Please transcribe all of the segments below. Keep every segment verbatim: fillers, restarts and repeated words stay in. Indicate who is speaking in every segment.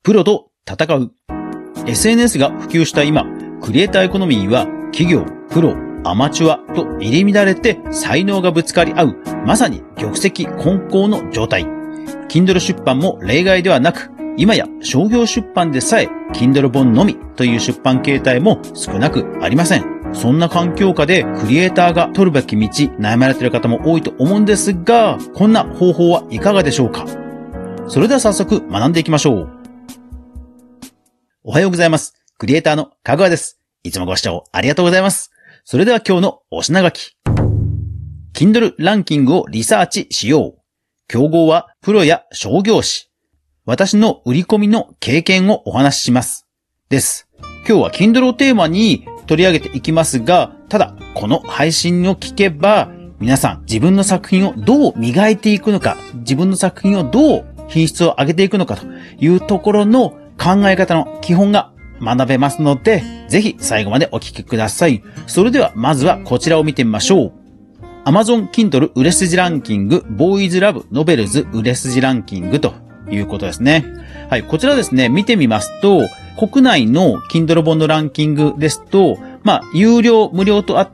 Speaker 1: プロと戦う。エスエヌエス が普及した今、クリエイターエコノミーは企業、プロ、アマチュアと入り乱れて才能がぶつかり合う、まさに玉石混交の状態。Kindle 出版も例外ではなく、今や商業出版でさえ Kindle 本のみという出版形態も少なくありません。そんな環境下でクリエイターが取るべき道、悩まれている方も多いと思うんですが、こんな方法はいかがでしょうか？それでは早速学んでいきましょう。おはようございます。クリエイターのかぐわです。いつもご視聴ありがとうございます。それでは今日のお品書き。Kindle ランキングをリサーチしよう。競合はプロや商業誌。私の売り込みの経験をお話しします。です。今日は Kindle をテーマに取り上げていきますが、ただこの配信を聞けば、皆さん自分の作品をどう磨いていくのか、自分の作品をどう品質を上げていくのかというところの考え方の基本が学べますので、ぜひ最後までお聞きください。それではまずはこちらを見てみましょう。Amazon Kindle 売れ筋ランキング、ボーイズラブノベルズ売れ筋ランキングということですね。はい、こちらですね、見てみますと、国内の Kindle 本のランキングですと、まあ、有料、無料とあって、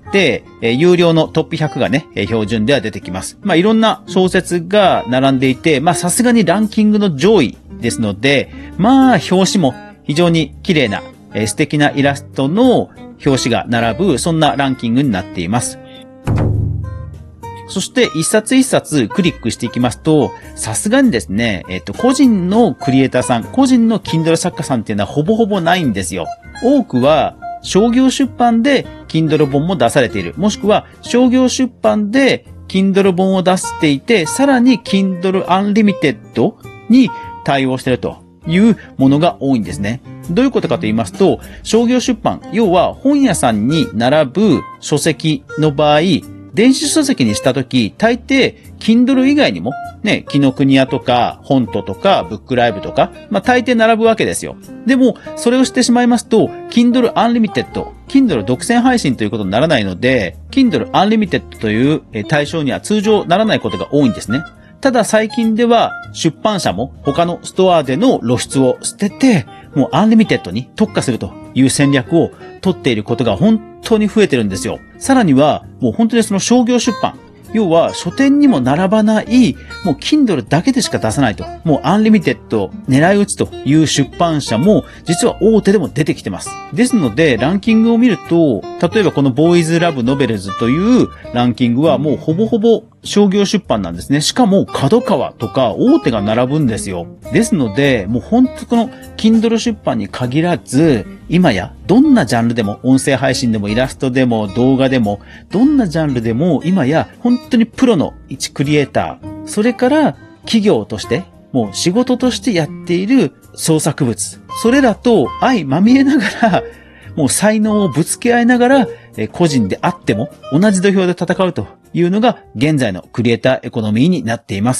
Speaker 1: えー、有料のトップひゃくがね、えー、標準では出てきます。まあ、いろんな小説が並んでいて、まあ、さすがにランキングの上位ですので、まあ、表紙も非常に綺麗な、えー、素敵なイラストの表紙が並ぶ、そんなランキングになっています。そして一冊一冊クリックしていきますと、さすがにですね、えっと、個人のクリエイターさん、個人の Kindle 作家さんっていうのはほぼほぼないんですよ。多くは商業出版で Kindle 本も出されている。もしくは商業出版で Kindle 本を出していて、さらに Kindle Unlimited に対応しているというものが多いんですね。どういうことかと言いますと、商業出版、要は本屋さんに並ぶ書籍の場合、電子書籍にしたとき、大抵、Kindle 以外にも、ね、紀ノ国屋とか、本ととか、ブックライブとか、まあ大抵並ぶわけですよ。でも、それをしてしまいますと、Kindle Unlimited、Kindle 独占配信ということにならないので、Kindle Unlimited という対象には通常ならないことが多いんですね。ただ最近では、出版社も他のストアでの露出を捨てて、もうアンリミテッドに特化するという戦略を取っていることが本当に増えてるんですよ。さらには、もう本当にその商業出版。要は書店にも並ばない、もう Kindle だけでしか出さないと。もうアンリミテッド狙い撃ちという出版社も実は大手でも出てきてます。ですので、ランキングを見ると、例えばこのボーイズラブノベルズというランキングはもうほぼほぼ商業出版なんですね。しかも角川とか大手が並ぶんですよ。ですので、もう本当この Kindle 出版に限らず、今やどんなジャンルでも、音声配信でもイラストでも動画でも、どんなジャンルでも今や本当にプロの一クリエイター、それから企業として、もう仕事としてやっている創作物、それらと相まみえながら、もう才能をぶつけ合いながら、個人であっても同じ土俵で戦うというのが現在のクリエイターエコノミーになっています。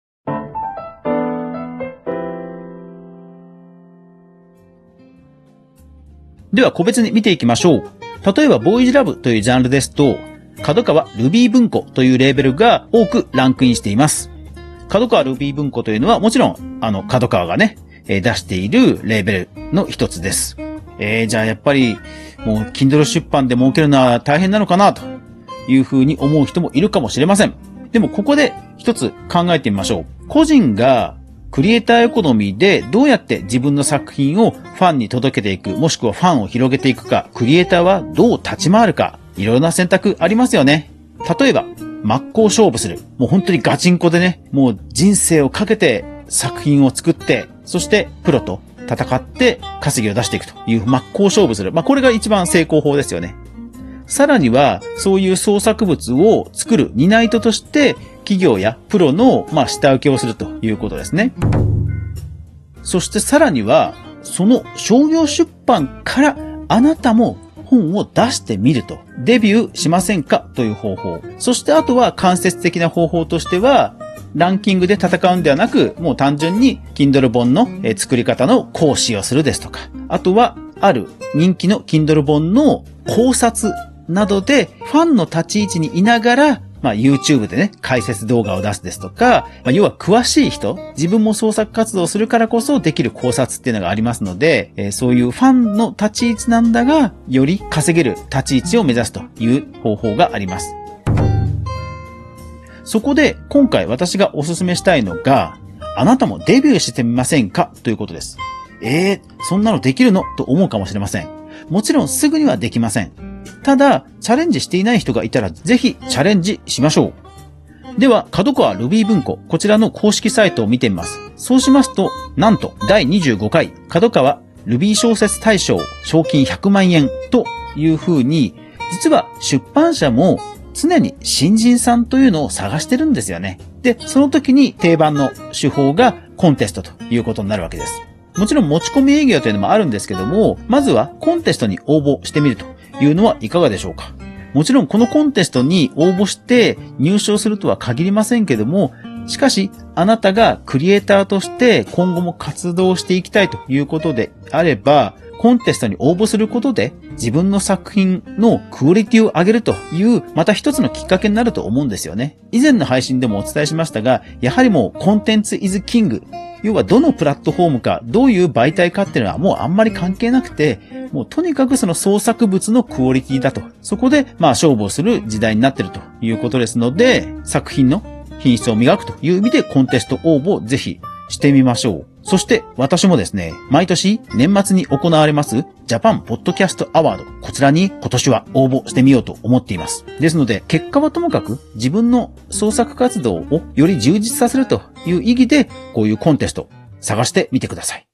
Speaker 1: では個別に見ていきましょう。例えばボーイズラブというジャンルですと、角川ルビー文庫というレーベルが多くランクインしています。角川ルビー文庫というのはもちろんあの角川がね、出しているレーベルの一つです。えー、じゃあやっぱりもう Kindle 出版で儲けるのは大変なのかなというふうに思う人もいるかもしれません。でもここで一つ考えてみましょう。個人がクリエイターエコノミーでどうやって自分の作品をファンに届けていく、もしくはファンを広げていくか、クリエイターはどう立ち回るか、いろいろな選択ありますよね。例えば、真っ向勝負する。もう本当にガチンコでね、もう人生をかけて作品を作って、そしてプロと戦って稼ぎを出していくという真っ向勝負する。まあこれが一番成功法ですよね。さらには、そういう創作物を作る担い手として、企業やプロの、まあ、下請けをするということですね。そしてさらには、その商業出版からあなたも本を出してみると。デビューしませんかという方法。そしてあとは間接的な方法としては、ランキングで戦うんではなく、もう単純に Kindle 本の作り方の講師をするですとか、あとはある人気の Kindle 本の考察などでファンの立ち位置にいながら、 まあ YouTube でね、解説動画を出すですとか、まあ要は詳しい人、自分も創作活動をするからこそできる考察っていうのがありますので、えー、そういうファンの立ち位置なんだが、より稼げる立ち位置を目指すという方法があります。そこで今回私がお勧めしたいのが、あなたもデビューしてみませんかということです。えー、そんなのできるのと思うかもしれません。もちろんすぐにはできません。ただ、チャレンジしていない人がいたらぜひチャレンジしましょう。では、角川 Ruby 文庫、こちらの公式サイトを見てみます。そうしますと、なんとだいにじゅうごかい角川 Ruby 小説大賞賞金ひゃくまんえんという風に、実は出版社も常に新人さんというのを探してるんですよね。で、その時に定番の手法がコンテストということになるわけです。もちろん持ち込み営業というのもあるんですけども、まずはコンテストに応募してみるというのはいかがでしょうか。もちろんこのコンテストに応募して入賞するとは限りませんけども、しかしあなたがクリエイターとして今後も活動していきたいということであれば、コンテストに応募することで自分の作品のクオリティを上げるというまた一つのきっかけになると思うんですよね。以前の配信でもお伝えしましたが、やはりもうコンテンツイズキング。要はどのプラットフォームか、どういう媒体かっていうのはもうあんまり関係なくて、もうとにかくその創作物のクオリティだと。そこでまあ勝負をする時代になっているということですので、作品の品質を磨くという意味でコンテスト応募をぜひしてみましょう。そして私もですね、毎年年末に行われますジャパンポッドキャストアワード、こちらに今年は応募してみようと思っています。ですので結果はともかく自分の創作活動をより充実させるという意義でこういうコンテスト探してみてください。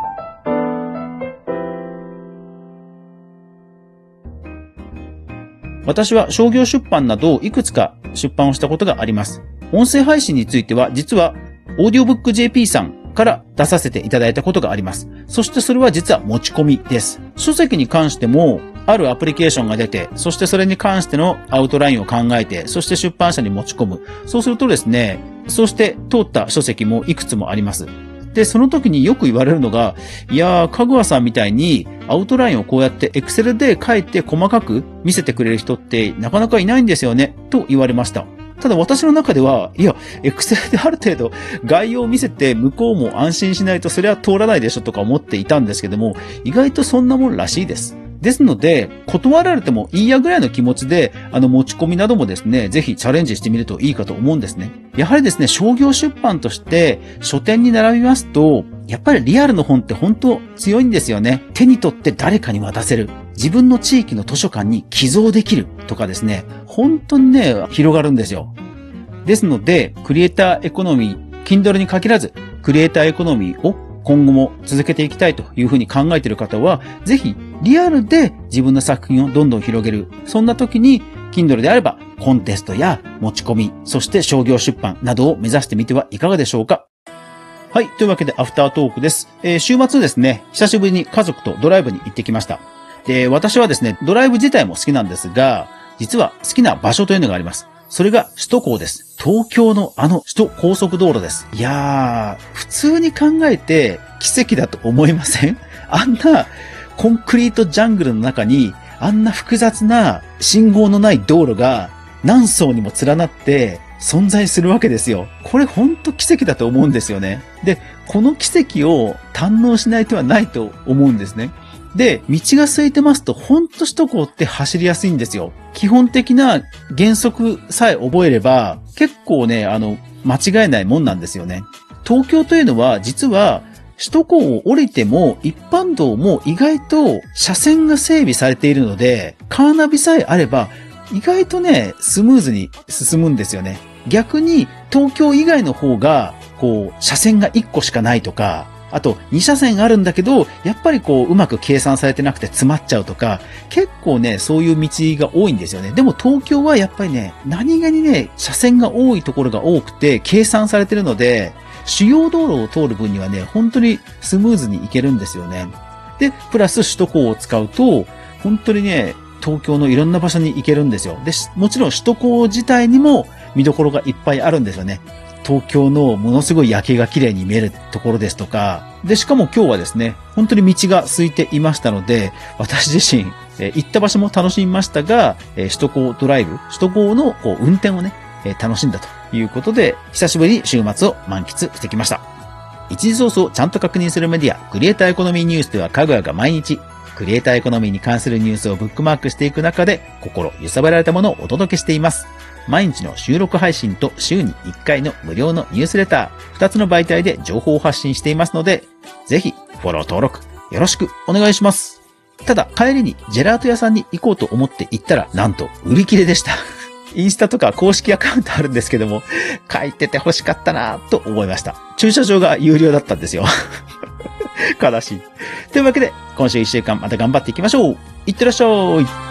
Speaker 1: 私は商業出版などをいくつか出版をしたことがあります。音声配信については実はオーディオブック ジェーピー さんから出させていただいたことがあります。そしてそれは実は持ち込みです。書籍に関してもあるアプリケーションが出て、そしてそれに関してのアウトラインを考えて、そして出版社に持ち込む。そうするとですね、そして通った書籍もいくつもあります。で、その時によく言われるのが、いやー、かぐわさんみたいにアウトラインをこうやって Excel で書いて細かく見せてくれる人ってなかなかいないんですよね、と言われました。ただ私の中では、いや、Excel である程度概要を見せて向こうも安心しないとそれは通らないでしょとか思っていたんですけども、意外とそんなもんらしいです。ですので、断られてもいいやぐらいの気持ちで、あの持ち込みなどもですね、ぜひチャレンジしてみるといいかと思うんですね。やはりですね、商業出版として書店に並びますと、やっぱりリアルの本って本当強いんですよね。手に取って誰かに渡せる。自分の地域の図書館に寄贈できるとかですね、本当にね、広がるんですよ。ですので、クリエイターエコノミー、Kindle に限らず、クリエイターエコノミーを今後も続けていきたいというふうに考えている方は、ぜひリアルで自分の作品をどんどん広げる。そんな時に Kindle であればコンテストや持ち込み、そして商業出版などを目指してみてはいかがでしょうか。はい。というわけでアフタートークです。えー、週末ですね、久しぶりに家族とドライブに行ってきました。で、私はですね、ドライブ自体も好きなんですが、実は好きな場所というのがあります。それが首都高です。東京のあの首都高速道路です。いやー、普通に考えて奇跡だと思いません？あんなコンクリートジャングルの中にあんな複雑な信号のない道路が何層にも連なって存在するわけですよ。これほんと奇跡だと思うんですよね。で、この奇跡を堪能しない手はないと思うんですね。で、道が空いてますと、ほんと首都高って走りやすいんですよ。基本的な原則さえ覚えれば、結構ね、あの、間違えないもんなんですよね。東京というのは、実は、首都高を降りても、一般道も意外と車線が整備されているので、カーナビさえあれば、意外とね、スムーズに進むんですよね。逆に、東京以外の方が、こう、車線がいっこしかないとか、あとに車線あるんだけど、やっぱりこううまく計算されてなくて詰まっちゃうとか、結構ね、そういう道が多いんですよね。でも東京はやっぱりね、何気にね、車線が多いところが多くて計算されてるので、主要道路を通る分にはね、本当にスムーズに行けるんですよね。で、プラス首都高を使うと、本当にね、東京のいろんな場所に行けるんですよ。で、もちろん首都高自体にも見どころがいっぱいあるんですよね。東京のものすごい夜景が綺麗に見えるところですとか、で、しかも今日はですね、本当に道が空いていましたので、私自身、 えー、行った場所も楽しみましたが、えー、首都高ドライブ、首都高のこう運転をね、えー、楽しんだということで、久しぶりに週末を満喫してきました。一時ソースをちゃんと確認するメディア、クリエイターエコノミーニュースではかぐやが毎日、クリエイターエコノミーに関するニュースをブックマークしていく中で、心揺さぶられたものをお届けしています。毎日の収録配信と週にいっかいの無料のニュースレター、ふたつの媒体で情報を発信していますので、ぜひフォロー登録よろしくお願いします。ただ帰りにジェラート屋さんに行こうと思って行ったら、なんと売り切れでした。インスタとか公式アカウントあるんですけども、書いてて欲しかったなぁと思いました。駐車場が有料だったんですよ。悲しい。というわけで、今週いっしゅうかんまた頑張っていきましょう。いってらっしゃい。